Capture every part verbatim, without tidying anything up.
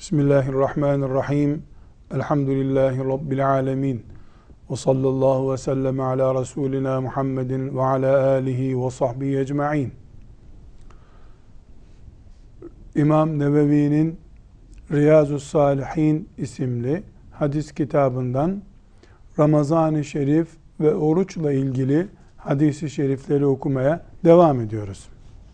Bismillahirrahmanirrahim. Elhamdülillahi Rabbil alemin. Ve sallallahu ve sellem ala Resulina Muhammedin ve ala alihi ve sahbihi ecma'in. İmam Nevevi'nin Riyazu's-Salihin isimli hadis kitabından Ramazan-ı Şerif ve oruçla ilgili hadis-i şerifleri okumaya devam ediyoruz.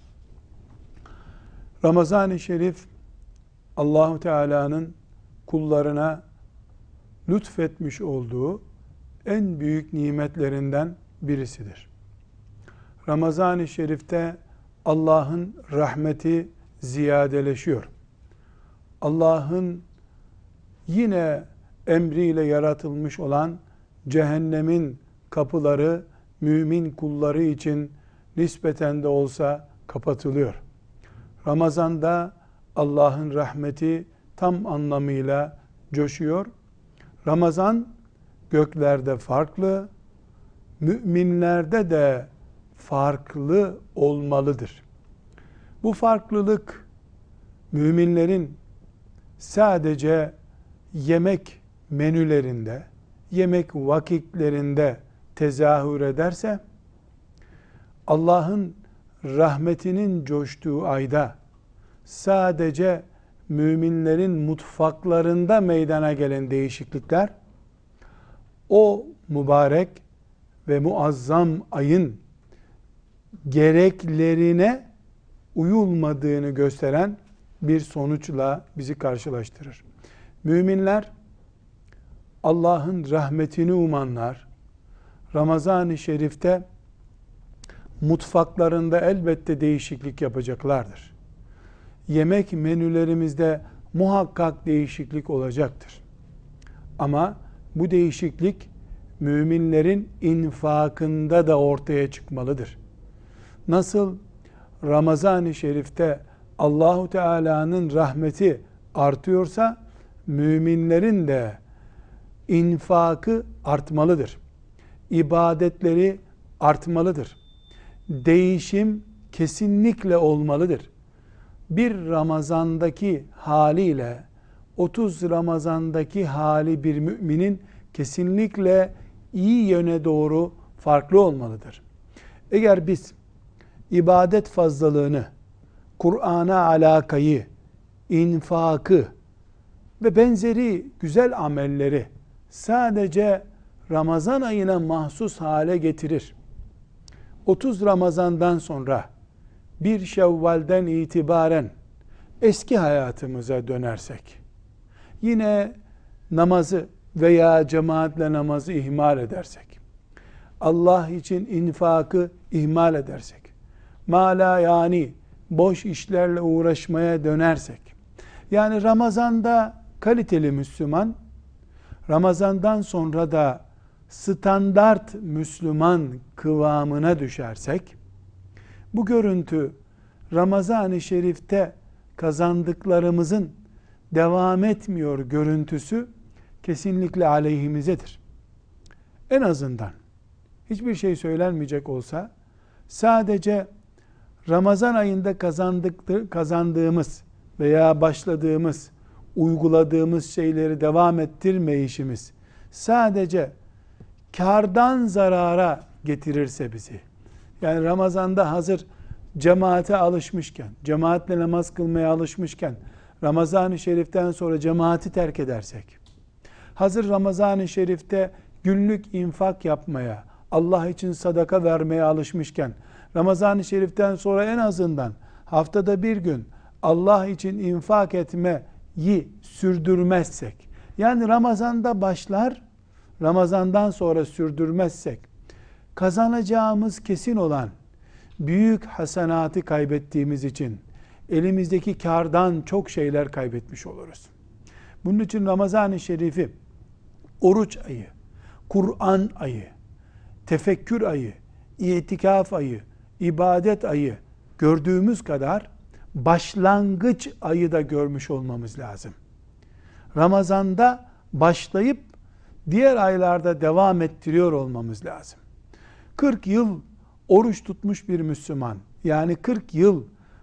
Ramazan-ı Şerif Allahu Teala'nın kullarına lütfetmiş olduğu en büyük nimetlerinden birisidir. Ramazan-ı Şerif'te Allah'ın rahmeti ziyadeleşiyor. Allah'ın yine emriyle yaratılmış olan cehennemin kapıları mümin kulları için nispeten de olsa kapatılıyor. Ramazan'da Allah'ın rahmeti tam anlamıyla coşuyor. Ramazan göklerde farklı, müminlerde de farklı olmalıdır. Bu farklılık müminlerin sadece yemek menülerinde, yemek vakitlerinde tezahür ederse, Allah'ın rahmetinin coştuğu ayda sadece müminlerin mutfaklarında meydana gelen değişiklikler, o mübarek ve muazzam ayın gereklerine uyulmadığını gösteren bir sonuçla bizi karşılaştırır. Müminler, Allah'ın rahmetini umanlar, Ramazan-ı Şerif'te mutfaklarında elbette değişiklik yapacaklardır. Yemek menülerimizde muhakkak değişiklik olacaktır. Ama bu değişiklik müminlerin infakında da ortaya çıkmalıdır. Nasıl Ramazan-ı Şerif'te Allahu Teala'nın rahmeti artıyorsa, müminlerin de infakı artmalıdır. İbadetleri artmalıdır. Değişim kesinlikle olmalıdır. Bir Ramazan'daki haliyle otuz Ramazan'daki hali bir müminin kesinlikle iyi yöne doğru farklı olmalıdır. Eğer biz ibadet fazlalığını, Kur'an'a alakayı, infakı ve benzeri güzel amelleri sadece Ramazan ayına mahsus hale getirir, otuz Ramazan'dan sonra bir Şevval'den itibaren eski hayatımıza dönersek, yine namazı veya cemaatle namazı ihmal edersek, Allah için infakı ihmal edersek, mala yani boş işlerle uğraşmaya dönersek, yani Ramazan'da kaliteli Müslüman, Ramazan'dan sonra da standart Müslüman kıvamına düşersek, bu görüntü Ramazan-ı Şerif'te kazandıklarımızın devam etmiyor görüntüsü kesinlikle aleyhimizedir. En azından hiçbir şey söylenmeyecek olsa, sadece Ramazan ayında kazandık, kazandığımız veya başladığımız, uyguladığımız şeyleri devam ettirmeyişimiz sadece kârdan zarara getirirse bizi, yani Ramazan'da hazır cemaate alışmışken, cemaatle namaz kılmaya alışmışken, Ramazan-ı Şerif'ten sonra cemaati terk edersek, hazır Ramazan-ı Şerif'te günlük infak yapmaya, Allah için sadaka vermeye alışmışken, Ramazan-ı Şerif'ten sonra en azından haftada bir gün Allah için infak etmeyi sürdürmezsek, yani Ramazan'da başlar, Ramazan'dan sonra sürdürmezsek, kazanacağımız kesin olan büyük hasenatı kaybettiğimiz için elimizdeki kârdan çok şeyler kaybetmiş oluruz. Bunun için Ramazan-ı Şerif'i oruç ayı, Kur'an ayı, tefekkür ayı, itikaf ayı, ibadet ayı gördüğümüz kadar başlangıç ayı da görmüş olmamız lazım. Ramazan'da başlayıp diğer aylarda devam ettiriyor olmamız lazım. kırk yıl oruç tutmuş bir Müslüman, yani kırk yıl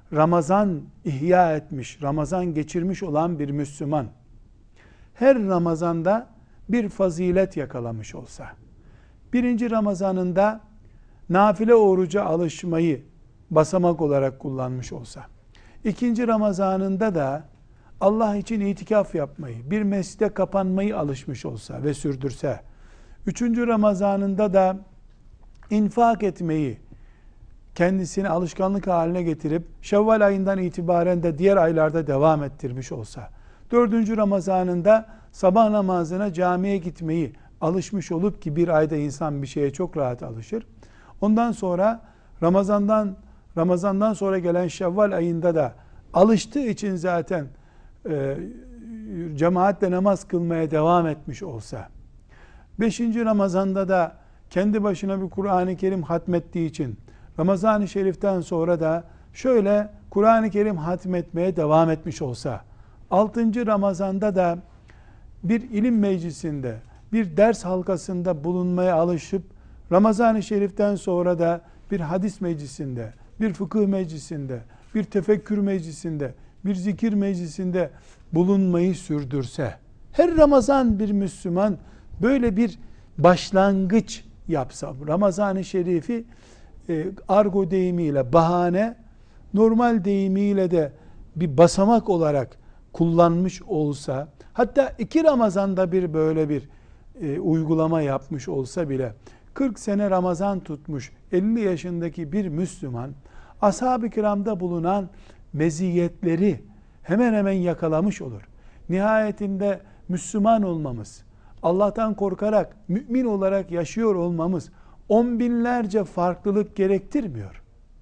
Ramazan ihya etmiş, Ramazan geçirmiş olan bir Müslüman, her Ramazan'da bir fazilet yakalamış olsa, birinci Ramazan'ında nafile oruca alışmayı basamak olarak kullanmış olsa, ikinci Ramazan'ında da Allah için itikaf yapmayı, bir mescide kapanmayı alışmış olsa ve sürdürse, üçüncü Ramazan'ında da infak etmeyi kendisini alışkanlık haline getirip Şevval ayından itibaren de diğer aylarda devam ettirmiş olsa, dördüncü Ramazan'ında sabah namazına camiye gitmeyi alışmış olup, ki bir ayda insan bir şeye çok rahat alışır. Ondan sonra Ramazan'dan Ramazan'dan sonra gelen Şevval ayında da alıştığı için zaten e, cemaatle namaz kılmaya devam etmiş olsa, beşinci Ramazan'da da kendi başına bir Kur'an-ı Kerim hatmettiği için Ramazan-ı Şerif'ten sonra da şöyle Kur'an-ı Kerim hatmetmeye devam etmiş olsa, altıncı Ramazan'da da bir ilim meclisinde, bir ders halkasında bulunmaya alışıp, Ramazan-ı Şerif'ten sonra da bir hadis meclisinde, bir fıkıh meclisinde, bir tefekkür meclisinde, bir zikir meclisinde bulunmayı sürdürse, her Ramazan bir Müslüman böyle bir başlangıç yapsa, Ramazan-ı Şerif'i e, argo deyimiyle bahane, normal deyimiyle de bir basamak olarak kullanmış olsa, hatta iki Ramazan'da bir böyle bir e, uygulama yapmış olsa bile, kırk sene Ramazan tutmuş elli yaşındaki bir Müslüman, ashab-ı kiramda bulunan meziyetleri hemen hemen yakalamış olur. Nihayetinde Müslüman olmamız, Allah'tan korkarak mümin olarak yaşıyor olmamız on binlerce farklılık gerektirmiyor.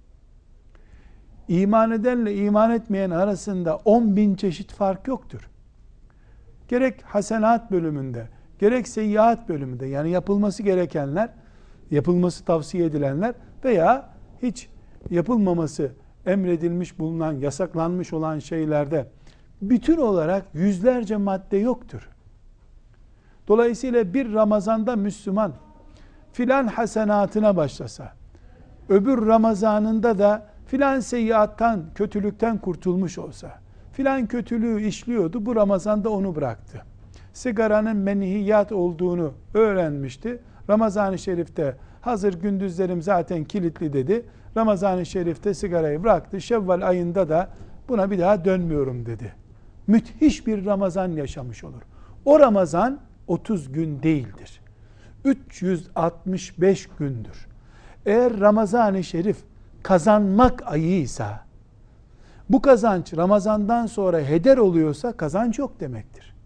İman edenle iman etmeyen arasında on bin çeşit fark yoktur. Gerek hasenat bölümünde, gerek seyyiat bölümünde, yani yapılması gerekenler, yapılması tavsiye edilenler veya hiç yapılmaması emredilmiş bulunan, yasaklanmış olan şeylerde bütün olarak yüzlerce madde yoktur. Dolayısıyla bir Ramazan'da Müslüman filan hasenatına başlasa, öbür Ramazan'ında da filan seyyiattan, kötülükten kurtulmuş olsa, filan kötülüğü işliyordu, bu Ramazan'da onu bıraktı. Sigaranın menhiyat olduğunu öğrenmişti. Ramazan-ı Şerif'te hazır gündüzlerim zaten kilitli dedi. Ramazan-ı Şerif'te sigarayı bıraktı. Şevval ayında da buna bir daha dönmüyorum dedi. Müthiş bir Ramazan yaşamış olur. O Ramazan otuz gün değildir. üç yüz altmış beş gündür. Eğer Ramazan-ı Şerif kazanmak ayıysa, bu kazanç Ramazan'dan sonra heder oluyorsa kazanç yok demektir.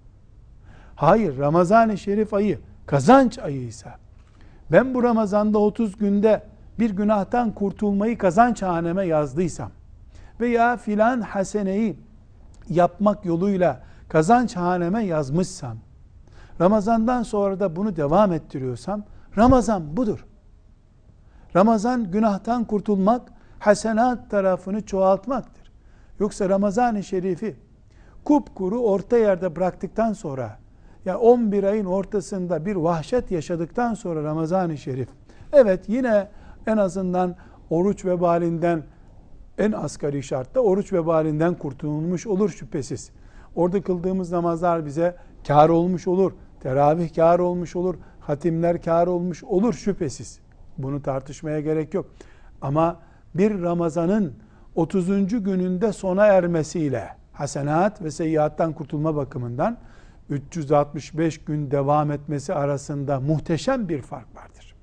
Hayır, Ramazan-ı Şerif ayı kazanç ayıysa, ben bu Ramazan'da otuz günde bir günahtan kurtulmayı kazanç haneme yazdıysam veya filan haseneyi yapmak yoluyla kazanç haneme yazmışsam, Ramazan'dan sonra da bunu devam ettiriyorsam, Ramazan budur. Ramazan günahtan kurtulmak, hasenat tarafını çoğaltmaktır. Yoksa Ramazan-ı Şerif'i kupkuru orta yerde bıraktıktan sonra, ya on bir ayın ortasında bir vahşet yaşadıktan sonra Ramazan-ı Şerif, evet yine en azından oruç vebalinden, en asgari şartta oruç vebalinden kurtulmuş olur şüphesiz. Orada kıldığımız namazlar bize kâr olmuş olur, teravih kâr olmuş olur, hatimler kâr olmuş olur şüphesiz. Bunu tartışmaya gerek yok. Ama bir Ramazan'ın otuzuncu gününde sona ermesiyle hasenat ve seyyiattan kurtulma bakımından üç yüz altmış beş gün devam etmesi arasında muhteşem bir fark vardır.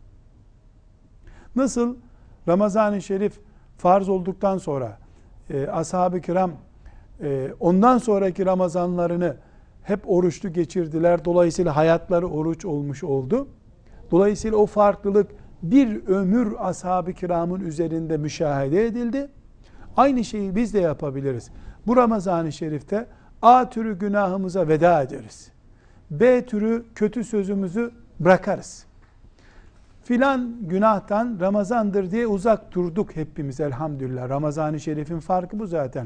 Nasıl Ramazan-ı Şerif farz olduktan sonra e, ashab-ı kiram e, ondan sonraki Ramazanlarını hep oruçlu geçirdiler. Dolayısıyla hayatları oruç olmuş oldu. Dolayısıyla o farklılık bir ömür ashab-ı kiramın üzerinde müşahede edildi. Aynı şeyi biz de yapabiliriz. Bu Ramazan-ı Şerif'te A türü günahımıza veda ederiz. B türü kötü sözümüzü bırakarız. Filan günahtan Ramazandır diye uzak durduk hepimiz elhamdülillah. Ramazan-ı Şerif'in farkı bu zaten.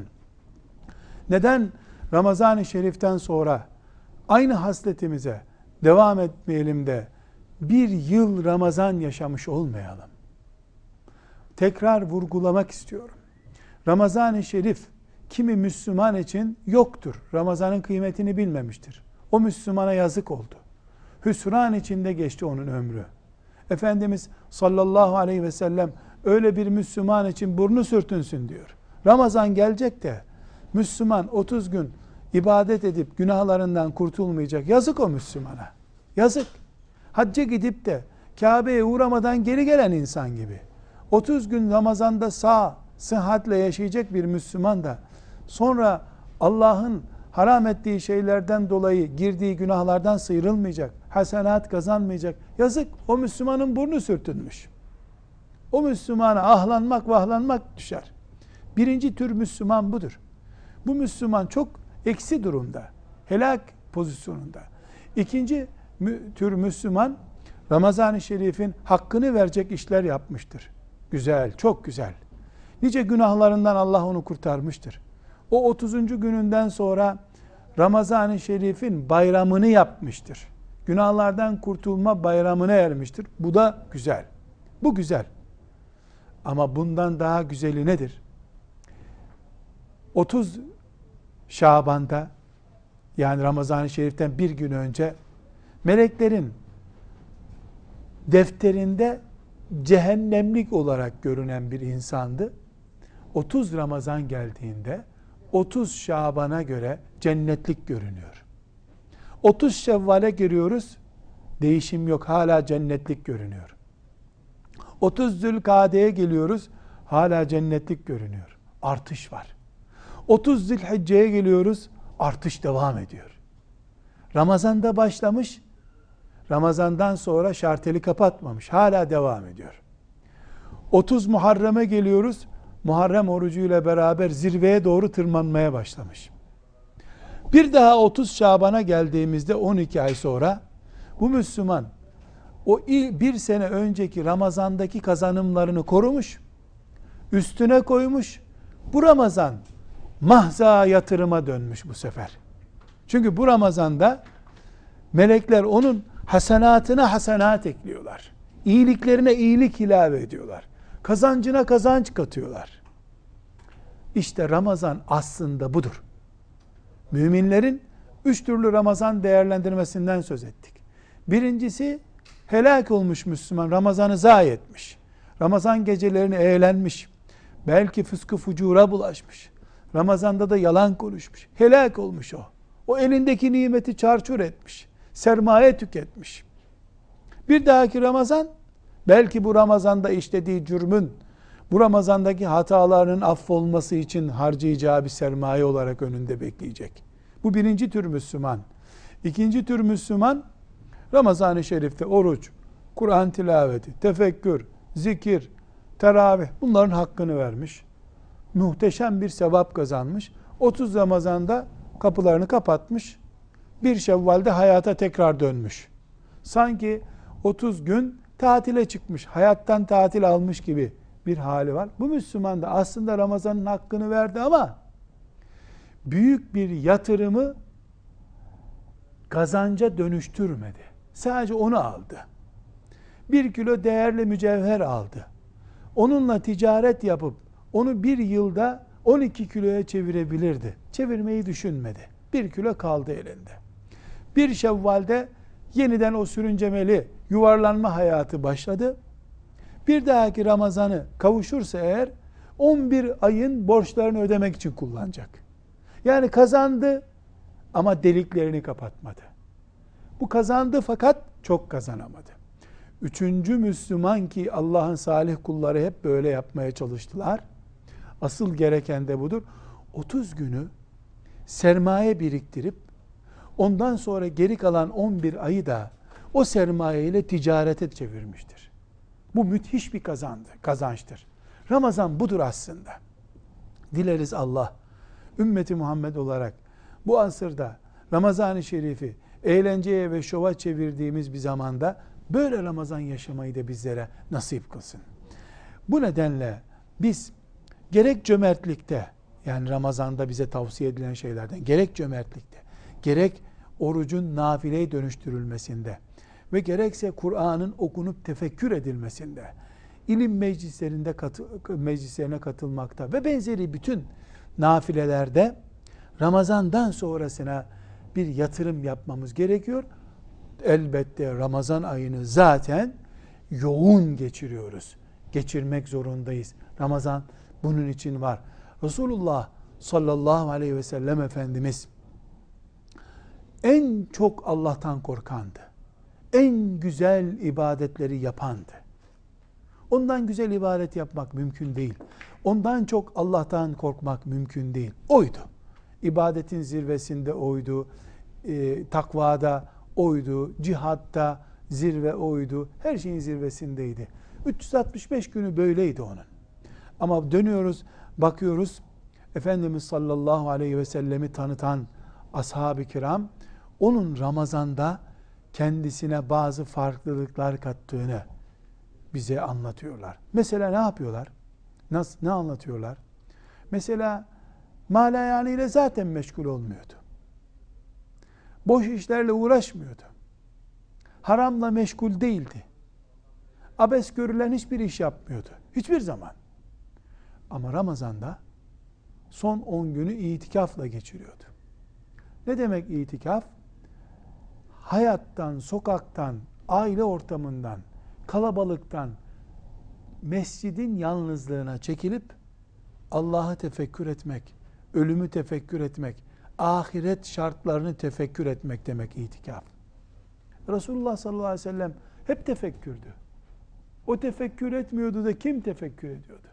Neden Ramazan-ı Şerif'ten sonra aynı hasletimize devam etmeyelim de bir yıl Ramazan yaşamış olmayalım? Tekrar vurgulamak istiyorum. Ramazan-ı Şerif kimi Müslüman için yoktur. Ramazan'ın kıymetini bilmemiştir. O Müslümana yazık oldu. Hüsran içinde geçti onun ömrü. Efendimiz sallallahu aleyhi ve sellem öyle bir Müslüman için burnu sürtünsün diyor. Ramazan gelecek de Müslüman otuz gün ibadet edip günahlarından kurtulmayacak. Yazık o Müslümana. Yazık. Hacca gidip de Kabe'ye uğramadan geri gelen insan gibi. otuz gün Ramazan'da sağ, sıhhatle yaşayacak bir Müslüman da sonra Allah'ın haram ettiği şeylerden dolayı girdiği günahlardan sıyrılmayacak, hasenat kazanmayacak. Yazık, o Müslümanın burnu sürtünmüş. O Müslümana ahlanmak vahlanmak düşer. Birinci tür Müslüman budur. Bu Müslüman çok eksi durumda, helak pozisyonunda. İkinci tür Müslüman, Ramazan-ı Şerif'in hakkını verecek işler yapmıştır. Güzel, çok güzel. Nice günahlarından Allah onu kurtarmıştır. O otuzuncu gününden sonra Ramazan-ı Şerif'in bayramını yapmıştır. Günahlardan kurtulma bayramına ermiştir. Bu da güzel. Bu güzel. Ama bundan daha güzeli nedir? otuz Şaban'da, yani Ramazan-ı Şerif'ten bir gün önce meleklerin defterinde cehennemlik olarak görünen bir insandı. otuz Ramazan geldiğinde otuz Şaban'a göre cennetlik görünüyor. otuz Şevval'e giriyoruz, değişim yok, hala cennetlik görünüyor. otuz Zülkade'ye geliyoruz, hala cennetlik görünüyor. Artış var. otuz Zilhicce'ye geliyoruz, artış devam ediyor. Ramazan'da başlamış, Ramazan'dan sonra şarteli kapatmamış, hala devam ediyor. otuz Muharrem'e geliyoruz, Muharrem orucuyla beraber zirveye doğru tırmanmaya başlamış. Bir daha otuz Şaban'a geldiğimizde on iki ay sonra bu Müslüman o bir sene önceki Ramazan'daki kazanımlarını korumuş, üstüne koymuş. Bu Ramazan mahza yatırıma dönmüş bu sefer. Çünkü bu Ramazan'da melekler onun hasenatına hasenat ekliyorlar. İyiliklerine iyilik ilave ediyorlar. Kazancına kazanç katıyorlar. İşte Ramazan aslında budur. Müminlerin üç türlü Ramazan değerlendirmesinden söz ettik. Birincisi, helak olmuş Müslüman, Ramazan'ı zayi etmiş. Ramazan gecelerini eğlenmiş. Belki fıskı fucura bulaşmış. Ramazan'da da yalan konuşmuş. Helak olmuş o. O elindeki nimeti çarçur etmiş. Sermaye tüketmiş. Bir dahaki Ramazan, belki bu Ramazan'da işlediği cürmün, bu Ramazan'daki hatalarının affolması için harcayacağı bir sermaye olarak önünde bekleyecek. Bu birinci tür Müslüman. İkinci tür Müslüman, Ramazan-ı Şerif'te oruç, Kur'an tilaveti, tefekkür, zikir, teravih, bunların hakkını vermiş. Muhteşem bir sevap kazanmış. otuz Ramazan'da kapılarını kapatmış. Bir Şevval'de hayata tekrar dönmüş. Sanki otuz gün tatile çıkmış, hayattan tatil almış gibi bir hali var. Bu Müslüman da aslında Ramazan'ın hakkını verdi ama büyük bir yatırımı kazanca dönüştürmedi. Sadece onu aldı. Bir kilo değerli mücevher aldı. Onunla ticaret yapıp onu bir yılda on iki kiloya çevirebilirdi. Çevirmeyi düşünmedi. Bir kilo kaldı elinde. Bir Şevval'de yeniden o sürüncemeli yuvarlanma hayatı başladı. Bir dahaki Ramazan'ı kavuşursa eğer on bir ayın borçlarını ödemek için kullanacak. Yani kazandı ama deliklerini kapatmadı. Bu kazandı fakat çok kazanamadı. Üçüncü Müslüman ki Allah'ın salih kulları hep böyle yapmaya çalıştılar. Asıl gereken de budur. otuz günü sermaye biriktirip ondan sonra geri kalan on bir ayı da o sermaye ile ticarete çevirmiştir. Bu müthiş bir kazandı, kazançtır. Ramazan budur aslında. Dileriz Allah, ümmeti Muhammed olarak bu asırda Ramazan-ı Şerif'i eğlenceye ve şova çevirdiğimiz bir zamanda böyle Ramazan yaşamayı da bizlere nasip kılsın. Bu nedenle biz gerek cömertlikte, yani Ramazan'da bize tavsiye edilen şeylerden, gerek cömertlikte, gerek orucun nafileye dönüştürülmesinde ve gerekse Kur'an'ın okunup tefekkür edilmesinde, ilim meclislerinde katı, meclislerine katılmakta ve benzeri bütün nafilelerde Ramazan'dan sonrasına bir yatırım yapmamız gerekiyor. Elbette Ramazan ayını zaten yoğun geçiriyoruz. Geçirmek zorundayız. Ramazan bunun için var. Resulullah sallallahu aleyhi ve sellem Efendimiz en çok Allah'tan korkandı. En güzel ibadetleri yapandı. Ondan güzel ibadet yapmak mümkün değil. Ondan çok Allah'tan korkmak mümkün değil. Oydu. İbadetin zirvesinde oydu. E, takvada oydu. Cihatta zirve oydu. Her şeyin zirvesindeydi. üç yüz altmış beş günü böyleydi onun. Ama dönüyoruz, bakıyoruz. Efendimiz sallallahu aleyhi ve sellemi tanıtan ashab-ı kiram onun Ramazan'da kendisine bazı farklılıklar kattığını bize anlatıyorlar. Mesela ne yapıyorlar? Nasıl, ne anlatıyorlar? Mesela malayani ile zaten meşgul olmuyordu. Boş işlerle uğraşmıyordu. Haramla meşgul değildi. Abes görülen hiçbir iş yapmıyordu. Hiçbir zaman. Ama Ramazan'da son on günü itikafla geçiriyordu. Ne demek itikaf? Hayattan, sokaktan, aile ortamından, kalabalıktan, mescidin yalnızlığına çekilip Allah'ı tefekkür etmek, ölümü tefekkür etmek, ahiret şartlarını tefekkür etmek demek itikaf. Resulullah sallallahu aleyhi ve sellem hep tefekkürdü. O tefekkür etmiyordu da kim tefekkür ediyordu?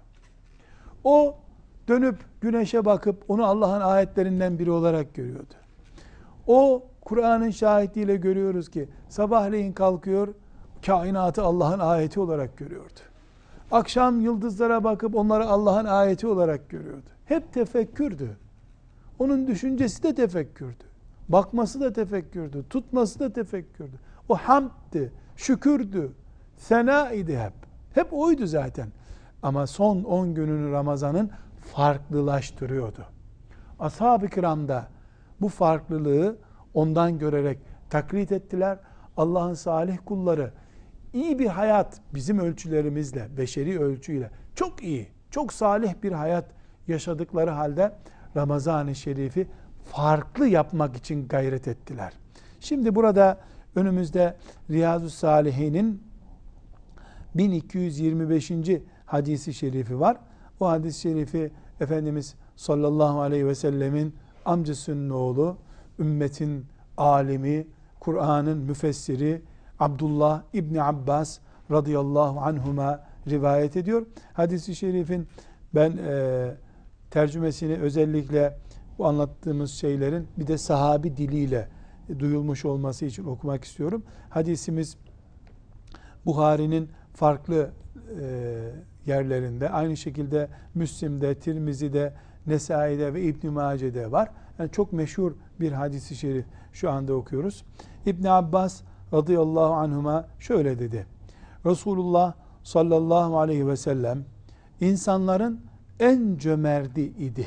O dönüp güneşe bakıp onu Allah'ın ayetlerinden biri olarak görüyordu. O Kur'an'ın şahitliğiyle görüyoruz ki sabahleyin kalkıyor, kainatı Allah'ın ayeti olarak görüyordu. Akşam yıldızlara bakıp onları Allah'ın ayeti olarak görüyordu. Hep tefekkürdü. Onun düşüncesi de tefekkürdü. Bakması da tefekkürdü. Tutması da tefekkürdü. O hamddi, şükürdü, sena idi hep. Hep oydu zaten. Ama son on gününü Ramazan'ın farklılaştırıyordu. Ashab-ı kiramda bu farklılığı ondan görerek taklit ettiler. Allah'ın salih kulları iyi bir hayat bizim ölçülerimizle, beşeri ölçüyle çok iyi, çok salih bir hayat yaşadıkları halde Ramazan-ı Şerif'i farklı yapmak için gayret ettiler. Şimdi burada önümüzde Riyazu Salihin'in bin iki yüz yirmi beşinci hadisi şerifi var. O hadis-i şerifi Efendimiz sallallahu aleyhi ve sellemin amcasının oğlu, ümmetin alimi, Kur'an'ın müfessiri Abdullah İbni Abbas radıyallahu anhuma rivayet ediyor. Hadis-i şerifin ben e, tercümesini özellikle bu anlattığımız şeylerin bir de sahabi diliyle duyulmuş olması için okumak istiyorum. Hadisimiz Buhari'nin farklı e, yerlerinde, aynı şekilde Müslim'de, Tirmizi'de, Nesai'de ve İbn-i Mace'de var. Yani çok meşhur bir hadis-i şerif şu anda okuyoruz. İbn Abbas radıyallahu anhuma şöyle dedi. Resulullah sallallahu aleyhi ve sellem insanların en cömerti idi.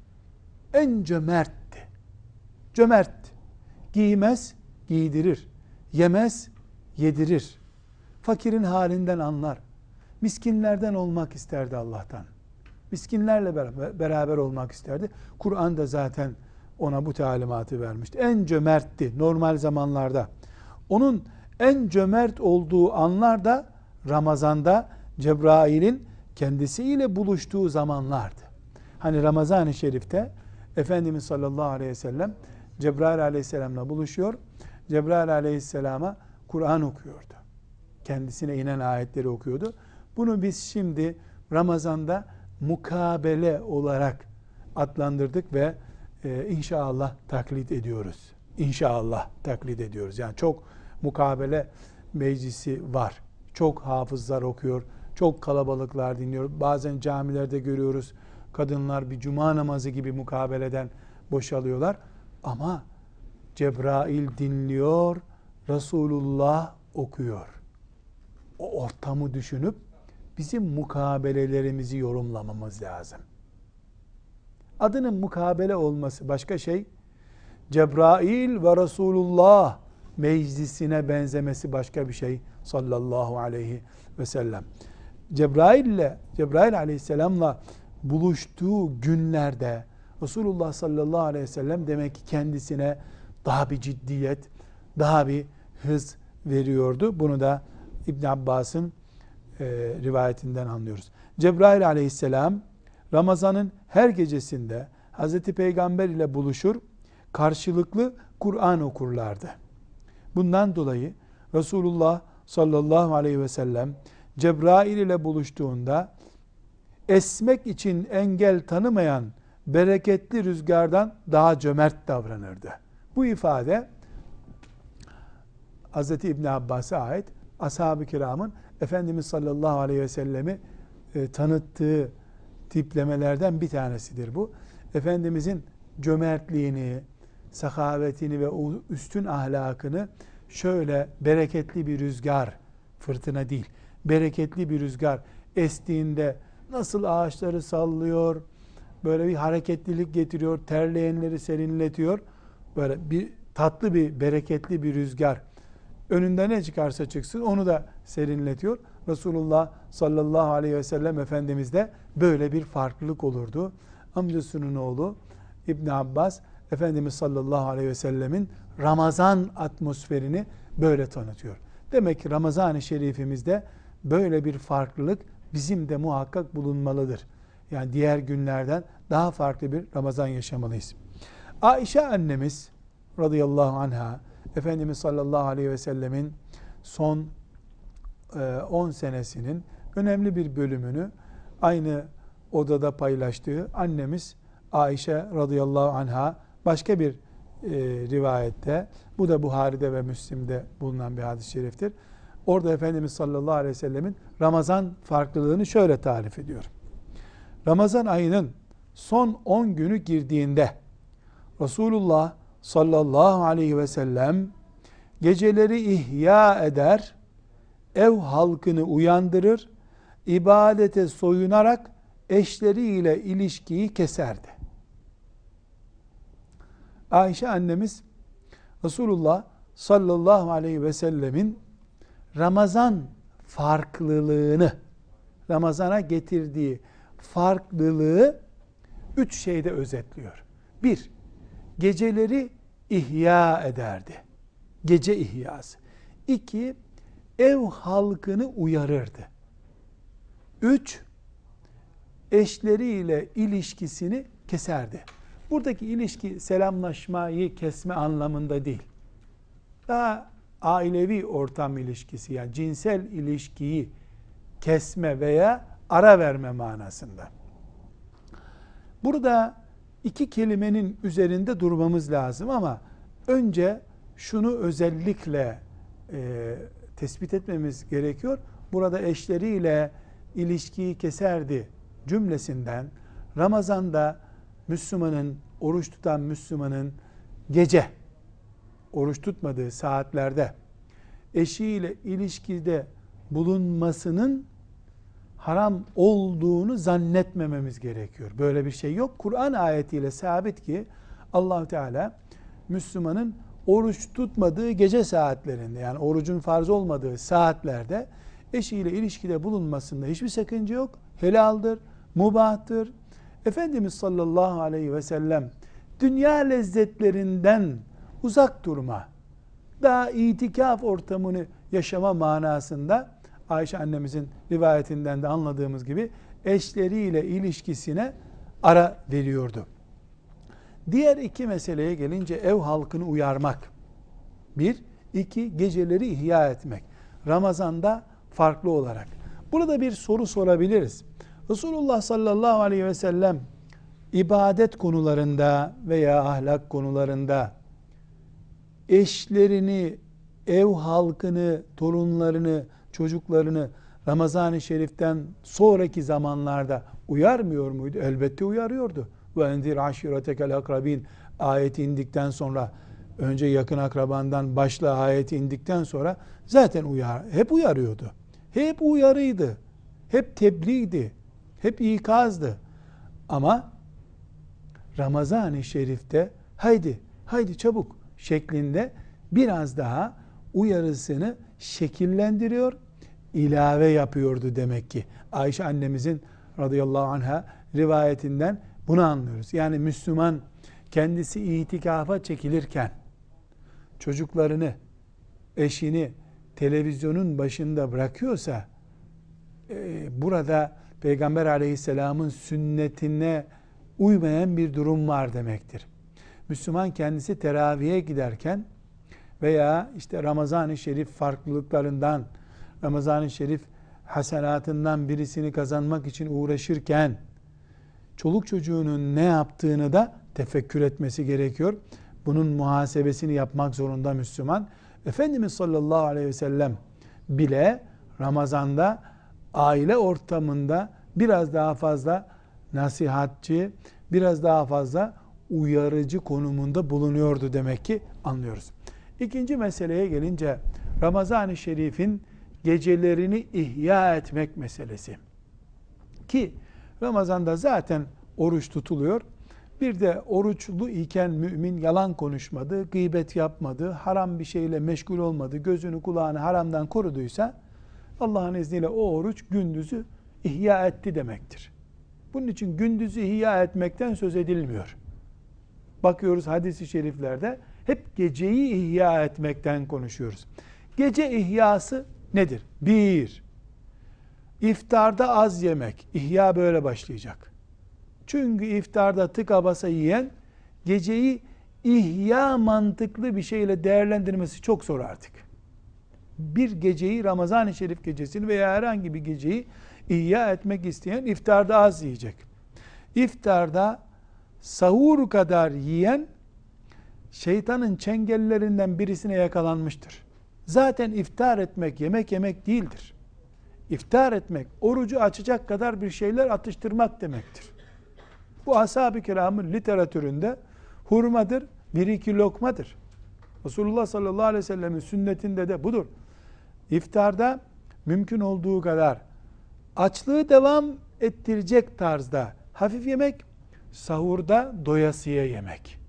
En cömertti. Cömert. Giymez, giydirir. Yemez, yedirir. Fakirin halinden anlar. Miskinlerden olmak isterdi Allah'tan. Miskinlerle beraber olmak isterdi. Kur'an da zaten ona bu talimatı vermişti. En cömertti normal zamanlarda. Onun en cömert olduğu anlar da Ramazan'da Cebrail'in kendisiyle buluştuğu zamanlardı. Hani Ramazan-ı Şerif'te Efendimiz sallallahu aleyhi ve sellem Cebrail aleyhisselamla buluşuyor. Cebrail aleyhisselama Kur'an okuyordu. Kendisine inen ayetleri okuyordu. Bunu biz şimdi Ramazan'da mukabele olarak adlandırdık ve e, inşallah taklit ediyoruz. İnşallah taklit ediyoruz. Yani çok mukabele meclisi var. Çok hafızlar okuyor. Çok kalabalıklar dinliyor. Bazen camilerde görüyoruz. Kadınlar bir cuma namazı gibi mukabeleden boşalıyorlar. Ama Cebrail dinliyor, Resulullah okuyor. O ortamı düşünüp bizim mukabelelerimizi yorumlamamız lazım. Adının mukabele olması başka şey, Cebrail ve Resulullah meclisine benzemesi başka bir şey sallallahu aleyhi ve sellem. Cebrail ile Cebrail aleyhisselamla buluştuğu günlerde Resulullah sallallahu aleyhi ve sellem demek ki kendisine daha bir ciddiyet, daha bir hız veriyordu. Bunu da İbn Abbas'ın e, rivayetinden anlıyoruz. Cebrail aleyhisselam Ramazan'ın her gecesinde Hazreti Peygamber ile buluşur, karşılıklı Kur'an okurlardı. Bundan dolayı Resulullah sallallahu aleyhi ve sellem Cebrail ile buluştuğunda esmek için engel tanımayan bereketli rüzgardan daha cömert davranırdı. Bu ifade Hz. İbn Abbas'a ait, ashab-ı kiramın Efendimiz sallallahu aleyhi ve sellemi e, tanıttığı tiplemelerden bir tanesidir bu. Efendimizin cömertliğini, sakavetini ve üstün ahlakını şöyle bereketli bir rüzgar, fırtına değil, bereketli bir rüzgar estiğinde nasıl ağaçları sallıyor, böyle bir hareketlilik getiriyor, terleyenleri serinletiyor. Böyle bir tatlı bir, bereketli bir rüzgar. Önünde ne çıkarsa çıksın onu da serinletiyor. Resulullah sallallahu aleyhi ve sellem Efendimiz de böyle bir farklılık olurdu. Amcasının oğlu İbn Abbas, Efendimiz sallallahu aleyhi ve sellemin Ramazan atmosferini böyle tanıtıyor. Demek ki Ramazan-ı Şerifimizde böyle bir farklılık bizim de muhakkak bulunmalıdır. Yani diğer günlerden daha farklı bir Ramazan yaşamalıyız. Ayşe annemiz radıyallahu anha, Efendimiz sallallahu aleyhi ve sellemin son on senesinin önemli bir bölümünü aynı odada paylaştığı annemiz Ayşe radıyallahu anha başka bir e, rivayette, bu da Buhari'de ve Müslim'de bulunan bir hadis-i şeriftir. Orada Efendimiz sallallahu aleyhi ve sellemin Ramazan farklılığını şöyle tarif ediyor. Ramazan ayının son on günü girdiğinde Resulullah sallallahu aleyhi ve sellem geceleri ihya eder, ev halkını uyandırır, ibadete soyunarak eşleriyle ilişkiyi keserdi. Ayşe annemiz Resulullah sallallahu aleyhi ve sellemin Ramazan farklılığını, Ramazana getirdiği farklılığı üç şeyde özetliyor. Bir, geceleri ihya ederdi. Gece ihyası. İki, ev halkını uyarırdı. Üç, eşleriyle ilişkisini keserdi. Buradaki ilişki selamlaşmayı kesme anlamında değil. Daha ailevi ortam ilişkisi, yani cinsel ilişkiyi kesme veya ara verme manasında. Burada iki kelimenin üzerinde durmamız lazım ama önce şunu özellikle e, tespit etmemiz gerekiyor. Burada eşleriyle ilişkiyi keserdi cümlesinden Ramazan'da Müslümanın, oruç tutan Müslümanın gece oruç tutmadığı saatlerde eşiyle ilişkide bulunmasının haram olduğunu zannetmememiz gerekiyor. Böyle bir şey yok. Kur'an ayetiyle sabit ki Allah-u Teala Müslümanın oruç tutmadığı gece saatlerinde, yani orucun farz olmadığı saatlerde eşiyle ilişkide bulunmasında hiçbir sakınca yok. Helaldir, mubahtır. Efendimiz sallallahu aleyhi ve sellem dünya lezzetlerinden uzak durma, daha itikaf ortamını yaşama manasında Ayşe annemizin rivayetinden de anladığımız gibi eşleriyle ilişkisine ara veriyordu. Diğer iki meseleye gelince ev halkını uyarmak. Bir, iki, geceleri ihya etmek. Ramazan'da farklı olarak. Burada bir soru sorabiliriz. Resulullah sallallahu aleyhi ve sellem ibadet konularında veya ahlak konularında eşlerini, ev halkını, torunlarını, çocuklarını Ramazan-ı Şerif'ten sonraki zamanlarda uyarmıyor muydu? Elbette uyarıyordu. Ve enzir aşiretekel akrabin ayeti indikten sonra, önce yakın akrabandan başla ayeti indikten sonra zaten uyar, hep uyarıyordu. Hep uyarıydı. Hep tebliğdi. Hep ikazdı. Ama Ramazan-ı Şerif'te haydi, haydi çabuk şeklinde biraz daha uyarısını şekillendiriyor. ilave yapıyordu demek ki. Ayşe annemizin radıyallahu anha rivayetinden bunu anlıyoruz. Yani Müslüman kendisi itikafa çekilirken çocuklarını, eşini televizyonun başında bırakıyorsa e, burada Peygamber aleyhisselamın sünnetine uymayan bir durum var demektir. Müslüman kendisi teravihe giderken veya işte Ramazan-ı Şerif farklılıklarından, Ramazan-ı Şerif hasenatından birisini kazanmak için uğraşırken çoluk çocuğunun ne yaptığını da tefekkür etmesi gerekiyor. Bunun muhasebesini yapmak zorunda Müslüman. Efendimiz sallallahu aleyhi ve sellem bile Ramazan'da aile ortamında biraz daha fazla nasihatçi, biraz daha fazla uyarıcı konumunda bulunuyordu demek ki anlıyoruz. İkinci meseleye gelince Ramazan-ı Şerif'in gecelerini ihya etmek meselesi. Ki Ramazan'da zaten oruç tutuluyor. Bir de oruçlu iken mümin yalan konuşmadı, gıybet yapmadı, haram bir şeyle meşgul olmadı, gözünü kulağını haramdan koruduysa Allah'ın izniyle o oruç gündüzü ihya etti demektir. Bunun için gündüzü ihya etmekten söz edilmiyor. Bakıyoruz hadis-i şeriflerde hep geceyi ihya etmekten konuşuyoruz. Gece ihyası nedir? Bir, iftarda az yemek. İhya böyle başlayacak. Çünkü iftarda tıka basa yiyen geceyi ihya mantıklı bir şeyle değerlendirmesi çok zor artık. Bir geceyi, Ramazan-ı Şerif gecesini veya herhangi bir geceyi ihya etmek isteyen iftarda az yiyecek. İftarda sahur kadar yiyen şeytanın çengellerinden birisine yakalanmıştır. Zaten iftar etmek yemek yemek değildir. İftar etmek orucu açacak kadar bir şeyler atıştırmak demektir. Bu ashab-ı kiramın literatüründe hurmadır, bir iki lokmadır. Resulullah sallallahu aleyhi ve sellemin sünnetinde de budur. İftarda mümkün olduğu kadar açlığı devam ettirecek tarzda hafif yemek, sahurda doyasıya yemek.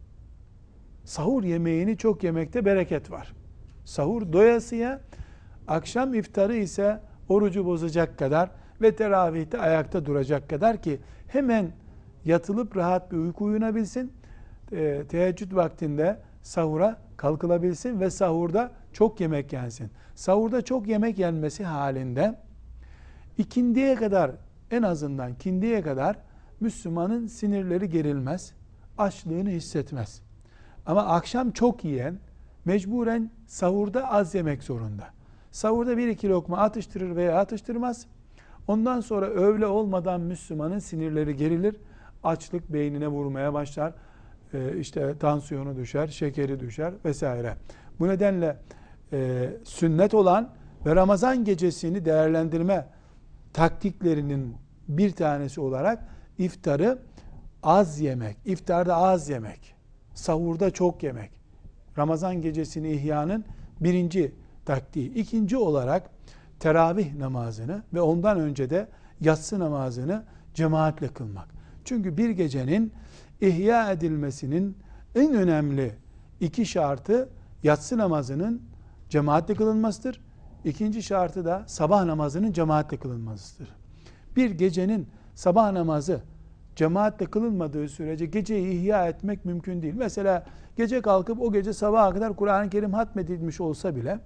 Sahur yemeğini çok yemekte bereket var. Sahur doyasıya, akşam iftarı ise orucu bozacak kadar ve teravihte ayakta duracak kadar ki hemen yatılıp rahat bir uyku uyunabilsin, e, teheccüd vaktinde sahura kalkılabilsin ve sahurda çok yemek yensin. Sahurda çok yemek yenmesi halinde ikindiye kadar, en azından ikindiye kadar Müslümanın sinirleri gerilmez, açlığını hissetmez. Ama akşam çok yiyen mecburen sahurda az yemek zorunda. Sahurda bir iki lokma atıştırır veya atıştırmaz. Ondan sonra öğle olmadan Müslümanın sinirleri gerilir. Açlık beynine vurmaya başlar. Ee, işte tansiyonu düşer, şekeri düşer vesaire. Bu nedenle e, sünnet olan ve Ramazan gecesini değerlendirme taktiklerinin bir tanesi olarak iftarı az yemek, iftarda az yemek, sahurda çok yemek. Ramazan gecesini ihyanın birinci taktiği. İkinci olarak teravih namazını ve ondan önce de yatsı namazını cemaatle kılmak. Çünkü bir gecenin ihya edilmesinin en önemli iki şartı yatsı namazının cemaatle kılınmasıdır. İkinci şartı da sabah namazının cemaatle kılınmasıdır. Bir gecenin sabah namazı cemaatle kılınmadığı sürece geceyi ihya etmek mümkün değil. Mesela gece kalkıp o gece sabaha kadar Kur'an-ı Kerim hatmedilmiş olsa bile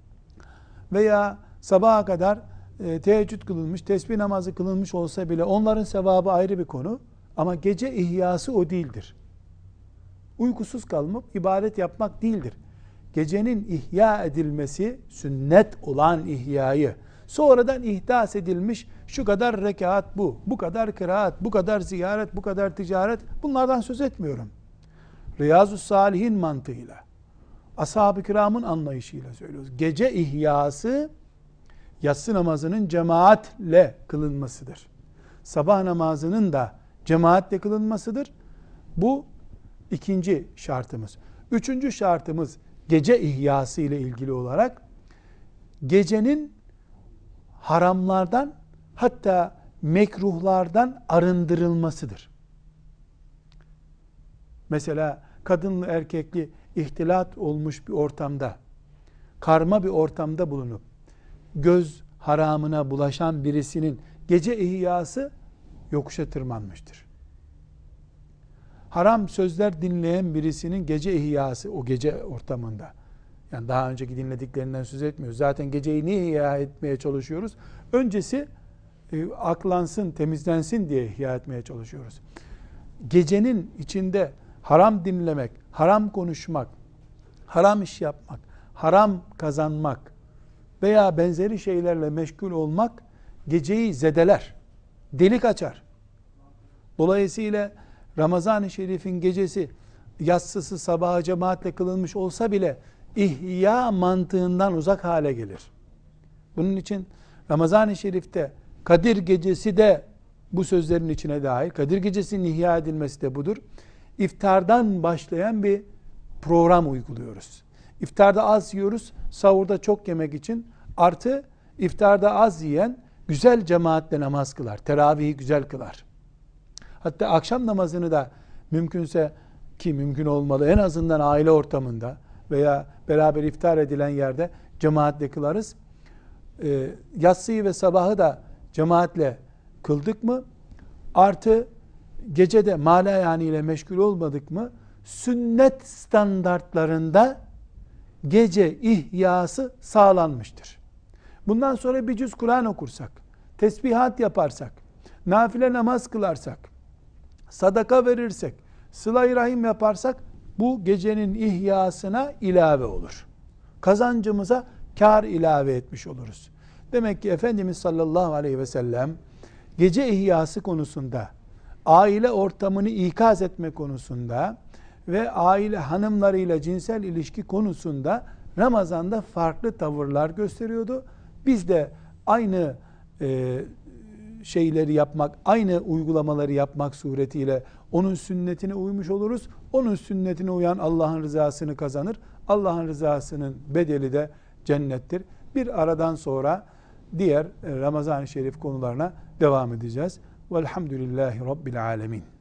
veya sabaha kadar e, teheccüd kılınmış, tesbih namazı kılınmış olsa bile onların sevabı ayrı bir konu. Ama gece ihyası o değildir. Uykusuz kalmak, ibadet yapmak değildir. Gecenin ihya edilmesi, sünnet olan ihyayı, sonradan ihdas edilmiş şu kadar rekat bu, bu kadar kıraat, bu kadar ziyaret, bu kadar ticaret, bunlardan söz etmiyorum. Riyazu Salihin mantığıyla, ashab-ı kiramın anlayışıyla söylüyoruz. Gece ihyası, yatsı namazının cemaatle kılınmasıdır. Sabah namazının da cemaatle kılınmasıdır. Bu ikinci şartımız. Üçüncü şartımız gece ihyası ile ilgili olarak gecenin haramlardan hatta mekruhlardan arındırılmasıdır. Mesela kadınlı erkekli ihtilat olmuş bir ortamda, karma bir ortamda bulunup göz haramına bulaşan birisinin gece ihyası yokuşa tırmanmıştır. Haram sözler dinleyen birisinin gece ihyası, o gece ortamında, yani daha önceki dinlediklerinden söz etmiyoruz. Zaten geceyi niye ihya etmeye çalışıyoruz? Öncesi e, aklansın, temizlensin diye ihya etmeye çalışıyoruz. Gecenin içinde haram dinlemek, haram konuşmak, haram iş yapmak, haram kazanmak veya benzeri şeylerle meşgul olmak geceyi zedeler, delik açar. Dolayısıyla Ramazan-ı Şerif'in gecesi yatsısı sabaha cemaatle kılınmış olsa bile ihya mantığından uzak hale gelir. Bunun için Ramazan-ı Şerif'te Kadir Gecesi de bu sözlerin içine dahil. Kadir Gecesi'nin ihya edilmesi de budur. İftardan başlayan bir program uyguluyoruz. İftarda az yiyoruz, sahurda çok yemek için. Artı iftarda az yiyen güzel cemaatle namaz kılar. Teravihi güzel kılar. Hatta akşam namazını da mümkünse, ki mümkün olmalı, en azından aile ortamında veya beraber iftar edilen yerde cemaatle kılarız. E, yatsıyı ve sabahı da cemaatle kıldık mı, artı gecede malayani ile meşgul olmadık mı, sünnet standartlarında gece ihyası sağlanmıştır. Bundan sonra bir cüz Kur'an okursak, tesbihat yaparsak, nafile namaz kılarsak, sadaka verirsek, sıla-i rahim yaparsak, bu gecenin ihyasına ilave olur. Kazancımıza kar ilave etmiş oluruz. Demek ki Efendimiz sallallahu aleyhi ve sellem gece ihyası konusunda, aile ortamını ikaz etme konusunda ve aile hanımlarıyla cinsel ilişki konusunda Ramazan'da farklı tavırlar gösteriyordu. Biz de aynı e, şeyleri yapmak, aynı uygulamaları yapmak suretiyle onun sünnetine uymuş oluruz. Onun sünnetine uyan Allah'ın rızasını kazanır. Allah'ın rızasının bedeli de cennettir. Bir aradan sonra diğer Ramazan-ı Şerif konularına devam edeceğiz. Velhamdülillahi Rabbil alemin.